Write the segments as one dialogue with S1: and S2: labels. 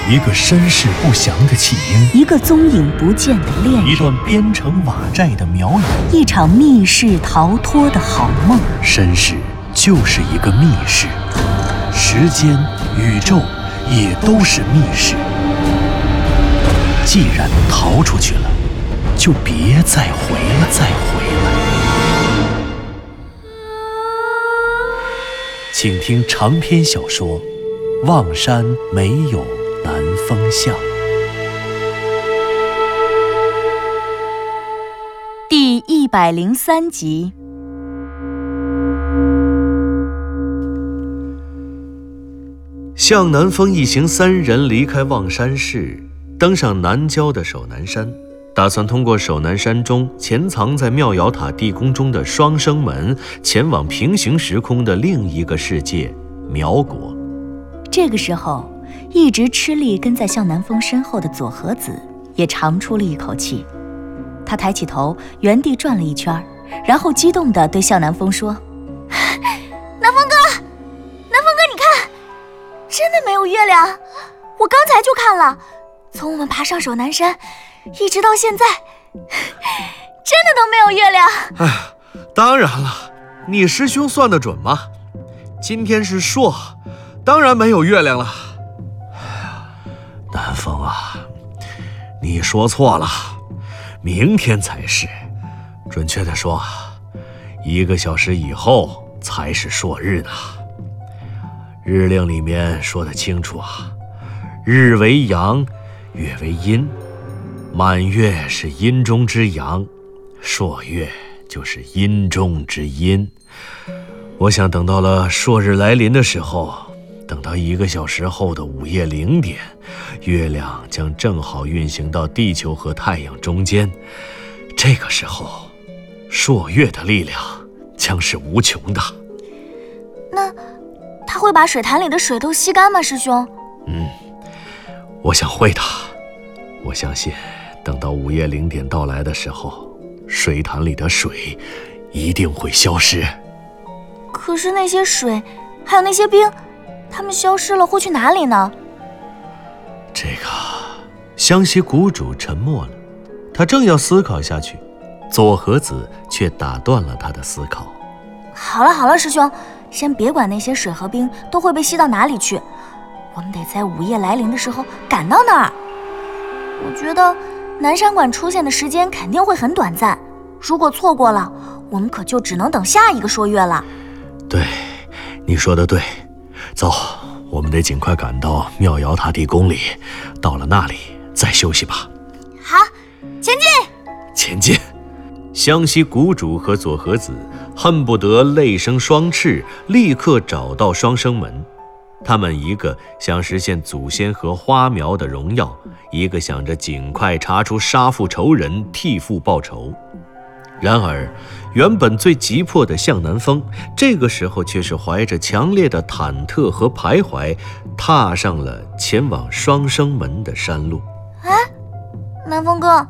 S1: 一个身世不详的弃婴，
S2: 一个踪影不见的恋人，
S1: 一段编成瓦寨的苗语，
S2: 一场密室逃脱的好梦。
S1: 身世就是一个密室，时间、宇宙也都是密室。既然逃出去了，就别再回来。请听长篇小说《望山没有南风向》
S2: 第103集。
S1: 向南风一行3人离开望山市，登上南郊的守南山，打算通过守南山中潜藏在妙瑶塔地宫中的双生门，前往平行时空的另一个世界苗国。
S2: 这个时候，一直吃力跟在向南风身后的佐和子也长出了一口气。他抬起头，原地转了一圈，然后激动地对向南风说：南风哥，你看，真的没有月亮，我刚才就看了，从我们爬上守南山一直到现在，真的都没有月亮。
S1: 当然了，你师兄算得准吗？今天是朔，当然没有月亮了。南风啊，你说错了，明天才是，准确的说，1个小时以后才是朔日呢。日令里面说得清楚啊，日为阳，月为阴，满月是阴中之阳，朔月就是阴中之阴。我想等到了朔日来临的时候，等到1个小时后的午夜0点，月亮将正好运行到地球和太阳中间。这个时候，朔月的力量将是无穷的。
S2: 那他会把水潭里的水都吸干吗，师兄？
S1: 我想会的。我相信等到午夜0点到来的时候，水潭里的水一定会消失。
S2: 可是那些水还有那些冰，它们消失了会去哪里呢？
S1: 这个湘西谷主沉默了，他正要思考下去，佐和子却打断了他的思考。
S2: 好了，师兄，先别管那些水和冰都会被吸到哪里去，我们得在午夜来临的时候赶到那儿。我觉得南山馆出现的时间肯定会很短暂，如果错过了，我们可就只能等下一个朔月了。
S1: 对，你说的对，走，我们得尽快赶到妙瑶塔地宫里，到了那里再休息吧。
S2: 好，前进！
S1: 湘西谷主和佐和子恨不得泪生双翅，立刻找到双生门。他们一个想实现祖先和花苗的荣耀，一个想着尽快查出杀父仇人，替父报仇。然而原本最急迫的向南风，这个时候却是怀着强烈的忐忑和徘徊，踏上了前往双生门的山路。
S2: 南风哥，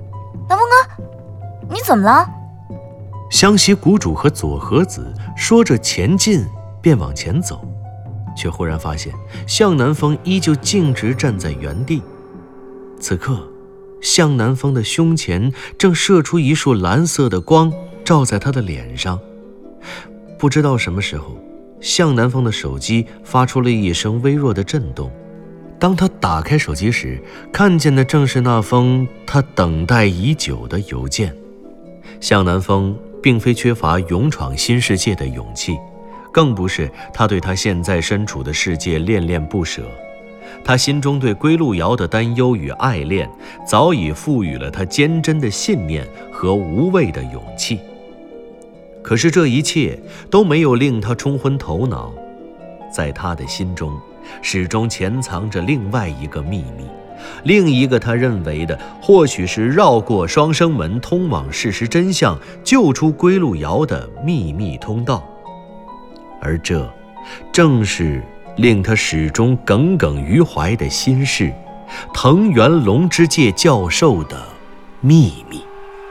S2: 你怎么了？
S1: 湘西谷主和佐和子说着前进便往前走，却忽然发现向南风依旧径直站在原地。此刻向南风的胸前正射出一束蓝色的光，照在他的脸上。不知道什么时候，向南风的手机发出了一声微弱的震动。当他打开手机时，看见的正是那封他等待已久的邮件。向南风并非缺乏勇闯新世界的勇气，更不是他对他现在身处的世界恋恋不舍。他心中对归路遥的担忧与爱恋，早已赋予了他坚贞的信念和无畏的勇气。可是这一切都没有令他冲昏头脑，在他的心中始终潜藏着另外一个秘密，另一个他认为的或许是绕过双生门通往事实真相，救出归路遥的秘密通道。而这正是令他始终耿耿于怀的心事，藤原龙之介教授的秘密。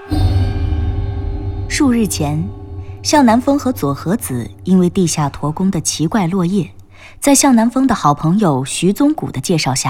S2: 数日前，向南风和佐和子因为地下驼宫的奇怪落叶，在向南风的好朋友徐宗谷的介绍下，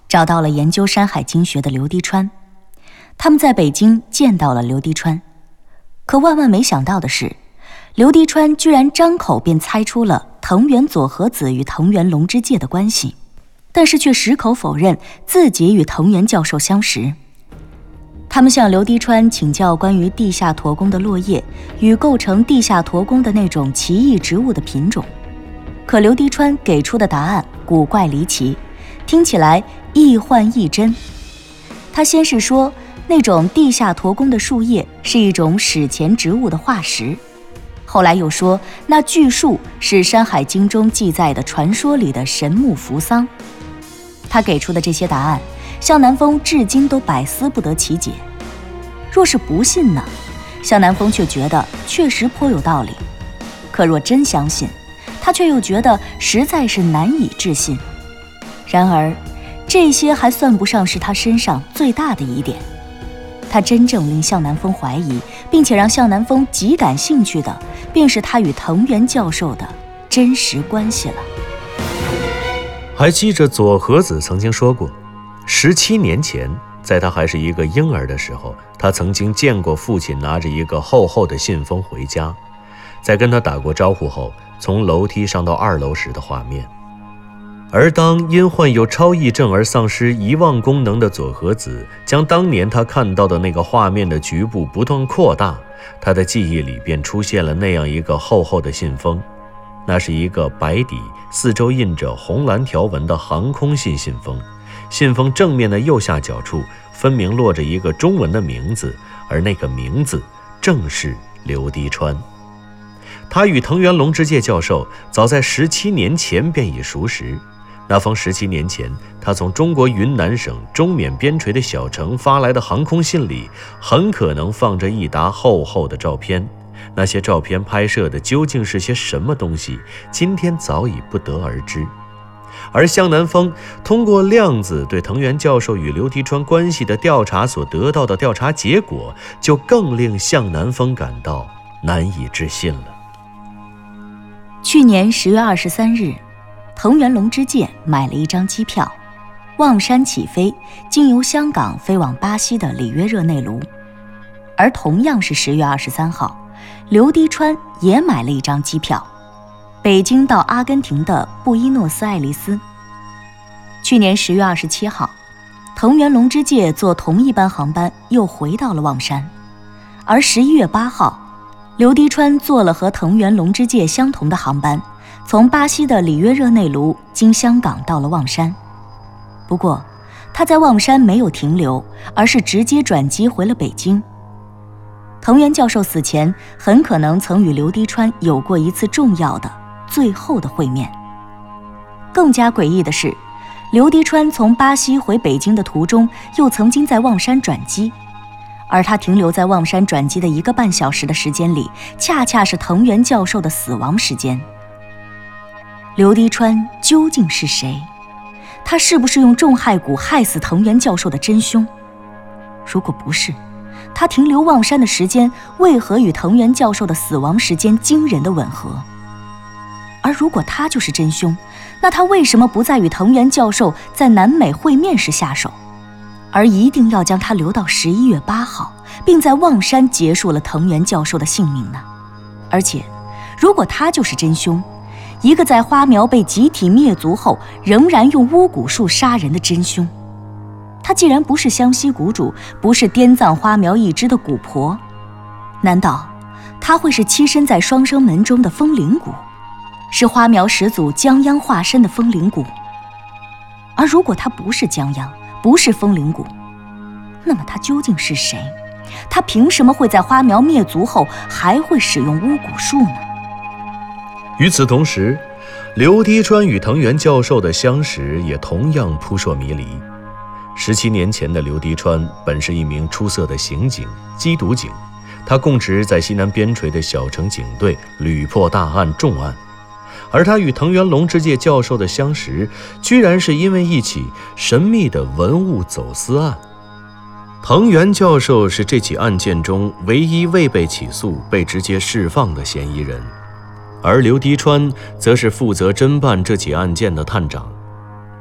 S2: 找到了研究山海经学的刘滴川。他们在北京见到了刘滴川，可万万没想到的是，刘滴川居然张口便猜出了藤原佐和子与藤原龙之介的关系，但是却矢口否认自己与藤原教授相识。他们向刘滴川请教关于地下驼宫的落叶与构成地下驼宫的那种奇异植物的品种，可刘滴川给出的答案古怪离奇，听起来亦幻亦真。他先是说那种地下驼宫的树叶是一种史前植物的化石，后来又说那巨树是《山海经》中记载的传说里的神木扶桑。他给出的这些答案，向南风至今都百思不得其解。若是不信呢，向南风却觉得确实颇有道理；可若真相信，他却又觉得实在是难以置信。然而，这些还算不上是他身上最大的疑点。他真正令向南风怀疑，并且让向南风极感兴趣的，便是他与藤原教授的真实关系了。
S1: 还记着佐和子曾经说过，17年前，在他还是一个婴儿的时候，他曾经见过父亲拿着一个厚厚的信封回家，在跟他打过招呼后，从楼梯上到2楼时的画面。而当因患有超忆症而丧失遗忘功能的佐和子将当年他看到的那个画面的局部不断扩大，他的记忆里便出现了那样一个厚厚的信封。那是一个白底四周印着红蓝条纹的航空信封，信封正面的右下角处分明落着一个中文的名字，而那个名字正是刘滴川。他与藤原龙之介教授早在17年前便已熟识。那封17年前他从中国云南省中缅边陲的小城发来的航空信里，很可能放着一沓厚厚的照片。那些照片拍摄的究竟是些什么东西，今天早已不得而知。而向南风通过亮子对藤原教授与刘滴川关系的调查所得到的调查结果，就更令向南风感到难以置信了。
S2: 去年10月23日，藤原龙之介买了一张机票，望山起飞，经由香港飞往巴西的里约热内卢。而同样是10月23号，刘滴川也买了一张机票，北京到阿根廷的布宜诺斯艾利斯。去年10月27号，藤原龙之介坐同一班航班又回到了望山，而11月8号，刘滴川坐了和藤原龙之介相同的航班，从巴西的里约热内卢经香港到了望山。不过他在望山没有停留，而是直接转机回了北京。藤原教授死前很可能曾与刘滴川有过一次重要的最后的会面。更加诡异的是，刘滴川从巴西回北京的途中又曾经在望山转机，而他停留在望山转机的1个半小时的时间里，恰恰是藤原教授的死亡时间。刘滴川究竟是谁？他是不是用重害蛊害死藤原教授的真凶？如果不是，他停留望山的时间为何与藤原教授的死亡时间惊人的吻合？而如果他就是真凶，那他为什么不在与藤原教授在南美会面时下手，而一定要将他留到11月8号，并在望山结束了藤原教授的性命呢？而且，如果他就是真凶，一个在花苗被集体灭族后仍然用巫蛊术杀人的真凶，他既然不是湘西谷主，不是滇藏花苗一支的蛊婆，难道他会是栖身在双生门中的风铃蛊，是花苗始祖江央化身的风铃蛊？而如果他不是江央，不是风铃蛊，那么他究竟是谁？他凭什么会在花苗灭族后还会使用巫蛊术呢？
S1: 与此同时，刘滴川与藤原教授的相识也同样扑朔迷离。17年前的刘滴川本是一名出色的刑警、缉毒警，他供职在西南边陲的小城警队，屡破大案重案。而他与藤原龙之介教授的相识，居然是因为一起神秘的文物走私案。藤原教授是这起案件中唯一未被起诉、被直接释放的嫌疑人，而刘滴川则是负责侦办这起案件的探长。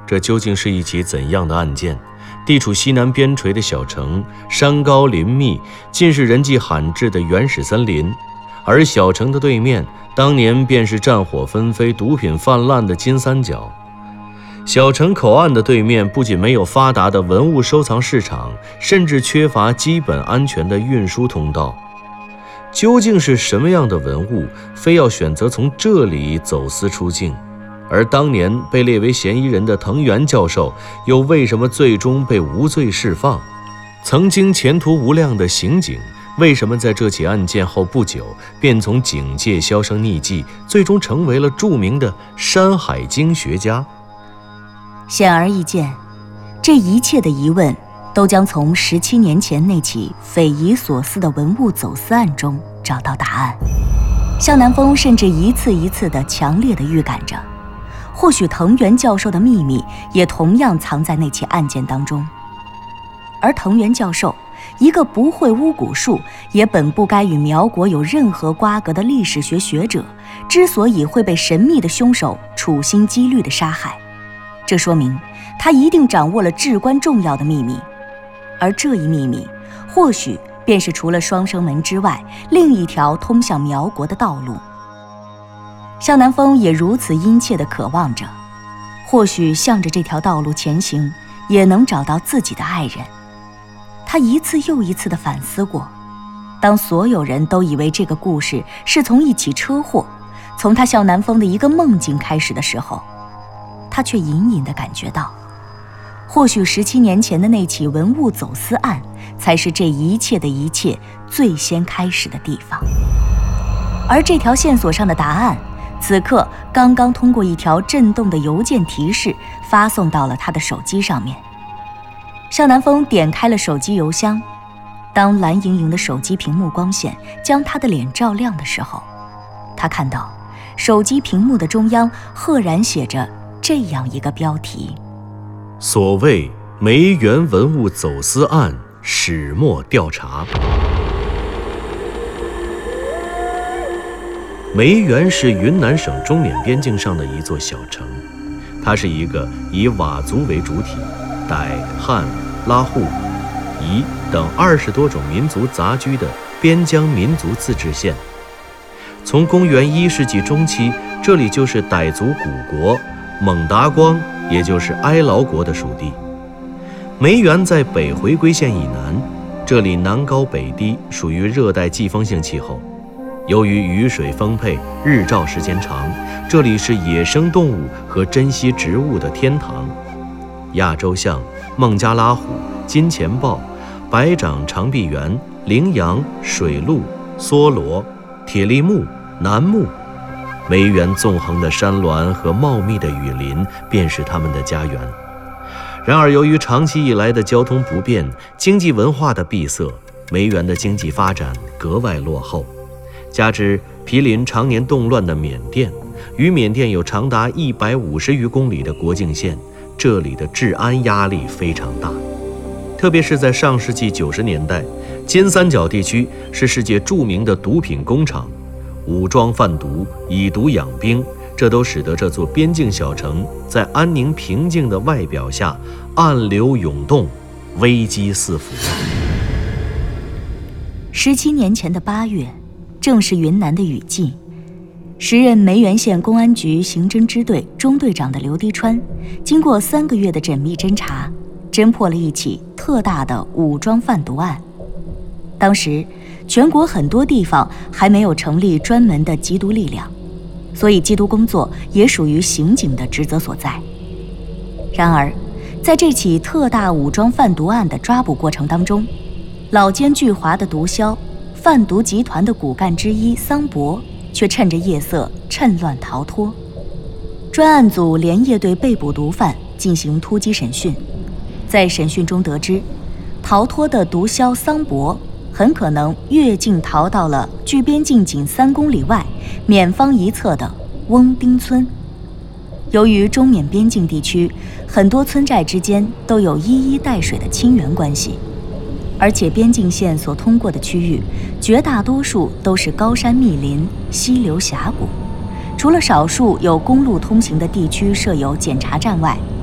S1: 这究竟是一起怎样的案件？地处西南边陲的小城，山高林密，尽是人迹罕至的原始森林。而小城的对面，当年便是战火纷飞、毒品泛滥的金三角。小城口岸的对面不仅没有发达的文物收藏市场，甚至缺乏基本安全的运输通道。究竟是什么样的文物，非要选择从这里走私出境？而当年被列为嫌疑人的藤原教授，又为什么最终被无罪释放？曾经前途无量的刑警，为什么在这起案件后不久，便从警界销声匿迹，最终成为了著名的山海经学家？
S2: 显而易见，这一切的疑问都将从17年前那起匪夷所思的文物走私案中找到答案。向南风甚至一次一次地强烈地预感着，或许藤原教授的秘密也同样藏在那起案件当中。而藤原教授，一个不会巫蛊术，也本不该与苗国有任何瓜葛的历史学学者，之所以会被神秘的凶手处心积虑地杀害，这说明他一定掌握了至关重要的秘密。而这一秘密，或许便是除了双生门之外，另一条通向苗国的道路。向南风也如此殷切地渴望着，或许向着这条道路前行，也能找到自己的爱人。他一次又一次地反思过，当所有人都以为这个故事是从一起车祸，从他向南风的一个梦境开始的时候，他却隐隐地感觉到，或许17年前的那起文物走私案，才是这一切的一切最先开始的地方。而这条线索上的答案，此刻刚刚通过一条震动的邮件提示发送到了他的手机上面。向南风点开了手机邮箱，当蓝莹莹的手机屏幕光线将他的脸照亮的时候，他看到手机屏幕的中央赫然写着这样一个标题：
S1: 所谓梅园文物走私案始末调查。梅园是云南省中缅边境上的一座小城，它是一个以佤族为主体，傣、汉、拉祜、彝等20多种民族杂居的边疆民族自治县。从公元1世纪中期，这里就是傣族古国蒙达光，也就是哀牢国的属地。梅园在北回归线以南，这里南高北低，属于热带季风性气候。由于雨水丰沛，日照时间长，这里是野生动物和珍稀植物的天堂。亚洲象、孟加拉虎、金钱豹、白掌长臂猿、羚羊、水鹿、梭罗、铁力木、楠木，梅园纵横的山峦和茂密的雨林便是他们的家园。然而由于长期以来的交通不便、经济文化的闭塞，梅园的经济发展格外落后。加之毗邻常年动乱的缅甸，与缅甸有长达150余公里的国境线，这里的治安压力非常大。特别是在上世纪90年代，金三角地区是世界著名的毒品工厂，武装贩毒、以毒养兵，这都使得这座边境小城在安宁平静的外表下暗流涌动，危机四伏。
S2: 17年前的8月，正是云南的雨季。时任梅园县公安局刑侦支队中队长的刘迪川，经过3个月的缜密侦查，侦破了一起特大的武装贩毒案。当时全国很多地方还没有成立专门的缉毒力量，所以缉毒工作也属于刑警的职责所在。然而在这起特大武装贩毒案的抓捕过程当中，老奸巨猾的毒枭贩毒集团的骨干之一桑博却趁着夜色趁乱逃脱。专案组连夜对被捕毒贩进行突击审讯，在审讯中得知，逃脱的毒枭桑博很可能越境逃到了距边境仅3公里外缅方一侧的翁丁村。由于中缅边境地区很多村寨之间都有依依带水的亲缘关系，而且边境线所通过的区域绝大多数都是高山密林、溪流峡谷，除了少数有公路通行的地区设有检查站外，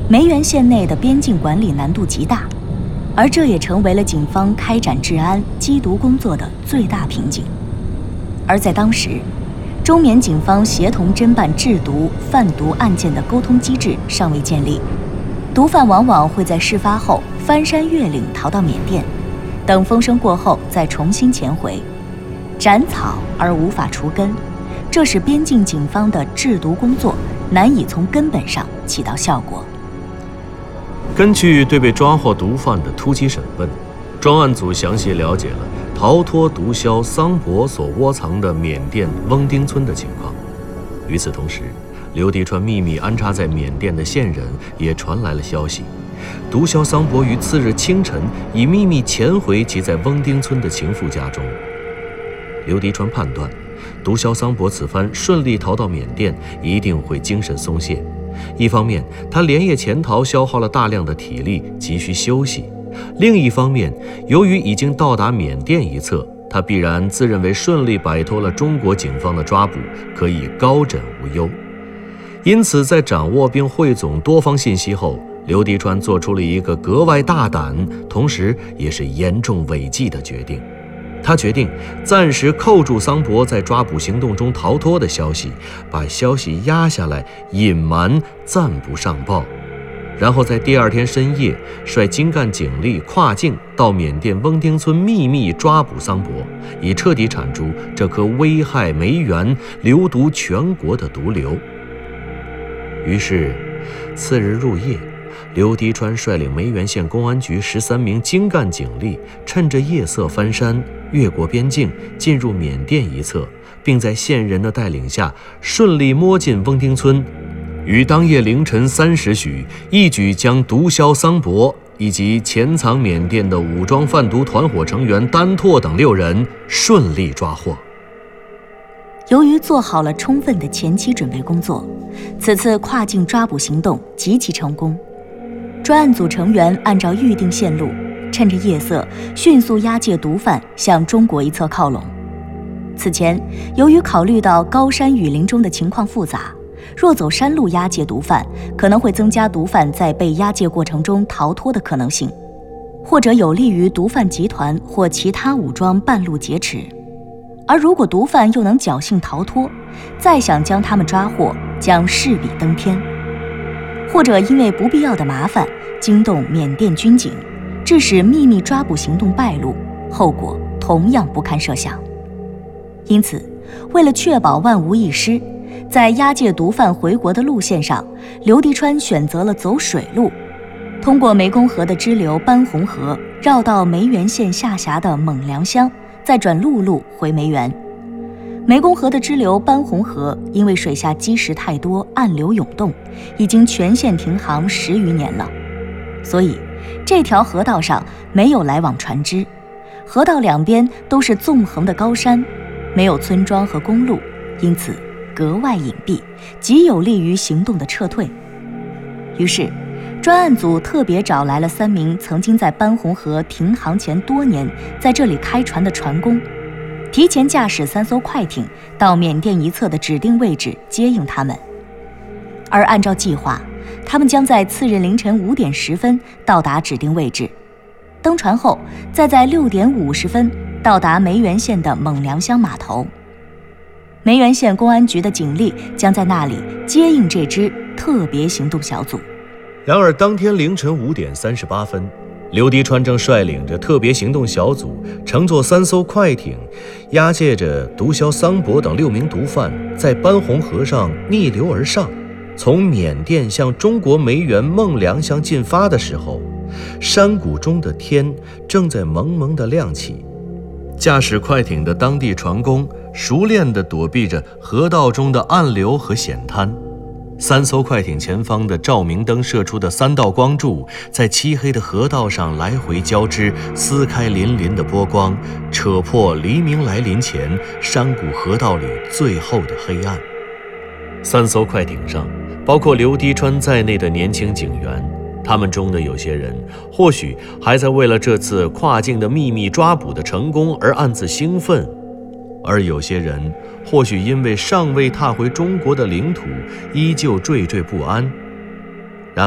S2: 梅园县内的边境管理难度极大，而这也成为了警方开展治安缉毒工作的最大瓶颈。而在当时，中缅警方协同侦办制毒、贩毒案件的沟通机制尚未建立，毒贩往往会在事发后翻山越岭逃到缅甸，等风声过后再重新潜回，斩草而无法除根，这使边境警方的制毒工作难以从根本上起到效果。
S1: 根据对被抓获毒贩的突击审问，专案组详细了解了逃脱毒枭桑博所窝藏的缅甸翁丁村的情况。与此同时，刘迪川秘密安插在缅甸的线人也传来了消息，毒枭桑博于次日清晨已秘密潜回其在翁丁村的情妇家中。刘迪川判断，毒枭桑博此番顺利逃到缅甸，一定会精神松懈。一方面，他连夜潜逃消耗了大量的体力，急需休息；另一方面，由于已经到达缅甸一侧，他必然自认为顺利摆脱了中国警方的抓捕，可以高枕无忧。因此，在掌握并汇总多方信息后，刘迪川做出了一个格外大胆，同时也是严重违纪的决定。他决定暂时扣住桑博在抓捕行动中逃脱的消息，把消息压下来，隐瞒，暂不上报。然后在第二天深夜，率精干警力跨境到缅甸翁丁村秘密抓捕桑博，以彻底铲除这颗危害梅园、流毒全国的毒瘤。于是，次日入夜，刘迪川率领梅园县公安局13名精干警力，趁着夜色翻山，越过边境，进入缅甸一侧，并在县人的带领下顺利摸进翁丁村，于当夜凌晨3时许，一举将毒枭桑博以及潜藏缅甸的武装贩毒团伙成员丹拓等6人顺利抓获。
S2: 由于做好了充分的前期准备工作，此次跨境抓捕行动极其成功。专案组成员按照预定线路，趁着夜色迅速押解毒贩向中国一侧靠拢。此前，由于考虑到高山雨林中的情况复杂，若走山路押解毒贩，可能会增加毒贩在被押解过程中逃脱的可能性，或者有利于毒贩集团或其他武装半路劫持。而如果毒贩又能侥幸逃脱，再想将他们抓获将势比登天，或者因为不必要的麻烦惊动缅甸军警，致使秘密抓捕行动败露，后果同样不堪设想。因此，为了确保万无一失，在押解毒贩回国的路线上，刘迪川选择了走水路，通过湄公河的支流班洪河，绕到梅园县下辖的勐良乡，再转陆路回梅园。湄公河的支流班洪河因为水下积石太多，暗流涌动，已经全线停航10余年了，所以这条河道上没有来往船只，河道两边都是纵横的高山，没有村庄和公路，因此格外隐蔽，极有利于行动的撤退。于是，专案组特别找来了3名曾经在班洪河停航前多年在这里开船的船工，提前驾驶3艘快艇到缅甸一侧的指定位置接应他们。而按照计划，他们将在次日凌晨5点10分到达指定位置，登船后再在6点50分到达梅园县的勐良乡码头。梅园县公安局的警力将在那里接应这支特别行动小组。
S1: 然而当天凌晨5点38分，刘迪川正率领着特别行动小组，乘坐3艘快艇，押解着毒枭桑博等6名毒贩，在班洪河上逆流而上，从缅甸向中国梅园勐良乡进发的时候，山谷中的天正在蒙蒙地亮起。驾驶快艇的当地船工熟练地躲避着河道中的暗流和险滩。3艘快艇前方的照明灯射出的3道光柱，在漆黑的河道上来回交织，撕开粼粼的波光，扯破黎明来临前山谷河道里最后的黑暗。3艘快艇上，包括刘迪川在内的年轻警员，他们中的有些人或许还在为了这次跨境的秘密抓捕的成功而暗自兴奋，而有些人或许因为尚未踏回中国的领土，依旧惴惴不安。然而，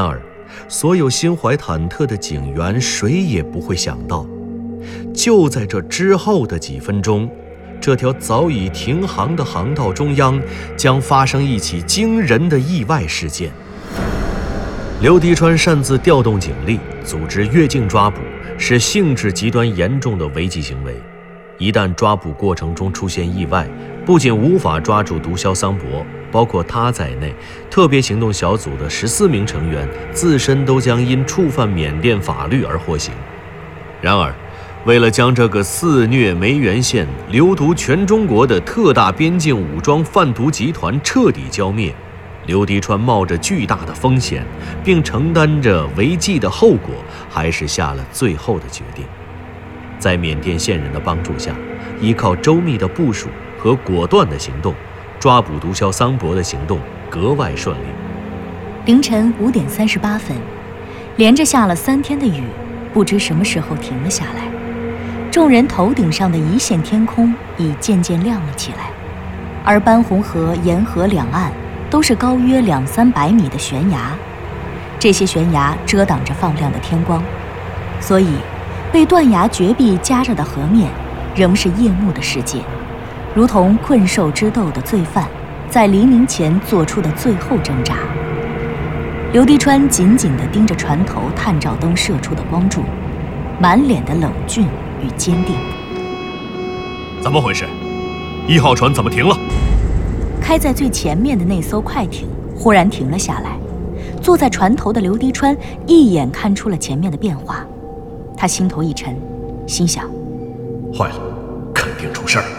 S1: 所有心怀忐忑的警员谁也不会想到，就在这之后的几分钟，这条早已停航的航道中央将发生一起惊人的意外事件。刘迪川擅自调动警力，组织越境抓捕，是性质极端严重的违纪行为。一旦抓捕过程中出现意外，不仅无法抓住毒枭桑博，包括他在内，特别行动小组的14名成员自身都将因触犯缅甸法律而获刑。然而，为了将这个肆虐梅源县、流毒全中国的特大边境武装贩毒集团彻底浇灭，刘迪川冒着巨大的风险，并承担着违纪的后果，还是下了最后的决定。在缅甸线人的帮助下，依靠周密的部署和果断的行动，抓捕毒枭桑博的行动格外顺利。
S2: 凌晨5点38分，连着下了3天的雨，不知什么时候停了下来。众人头顶上的一线天空已渐渐亮了起来，而班洪河沿河两岸都是高约200-300米的悬崖，这些悬崖遮挡着放亮的天光，所以被断崖绝壁夹着的河面仍是夜幕的世界，如同困兽之斗的罪犯在黎明前做出的最后挣扎。刘迪川紧紧地盯着船头探照灯射出的光柱，满脸的冷峻与坚定。
S1: 怎么回事？1号船怎么停了？
S2: 开在最前面的那艘快艇忽然停了下来，坐在船头的刘迪川一眼看出了前面的变化，他心头一沉，心想：
S1: 坏了，肯定出事儿了。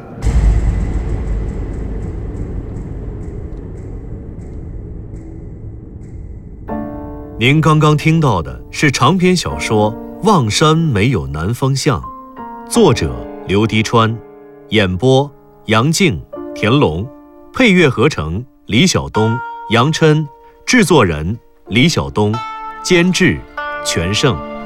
S1: 您刚刚听到的是长篇小说《望山没有南方向》，作者刘迪川，演播杨静、田龙，配乐合成李晓东、杨琛，制作人李晓东，监制全胜。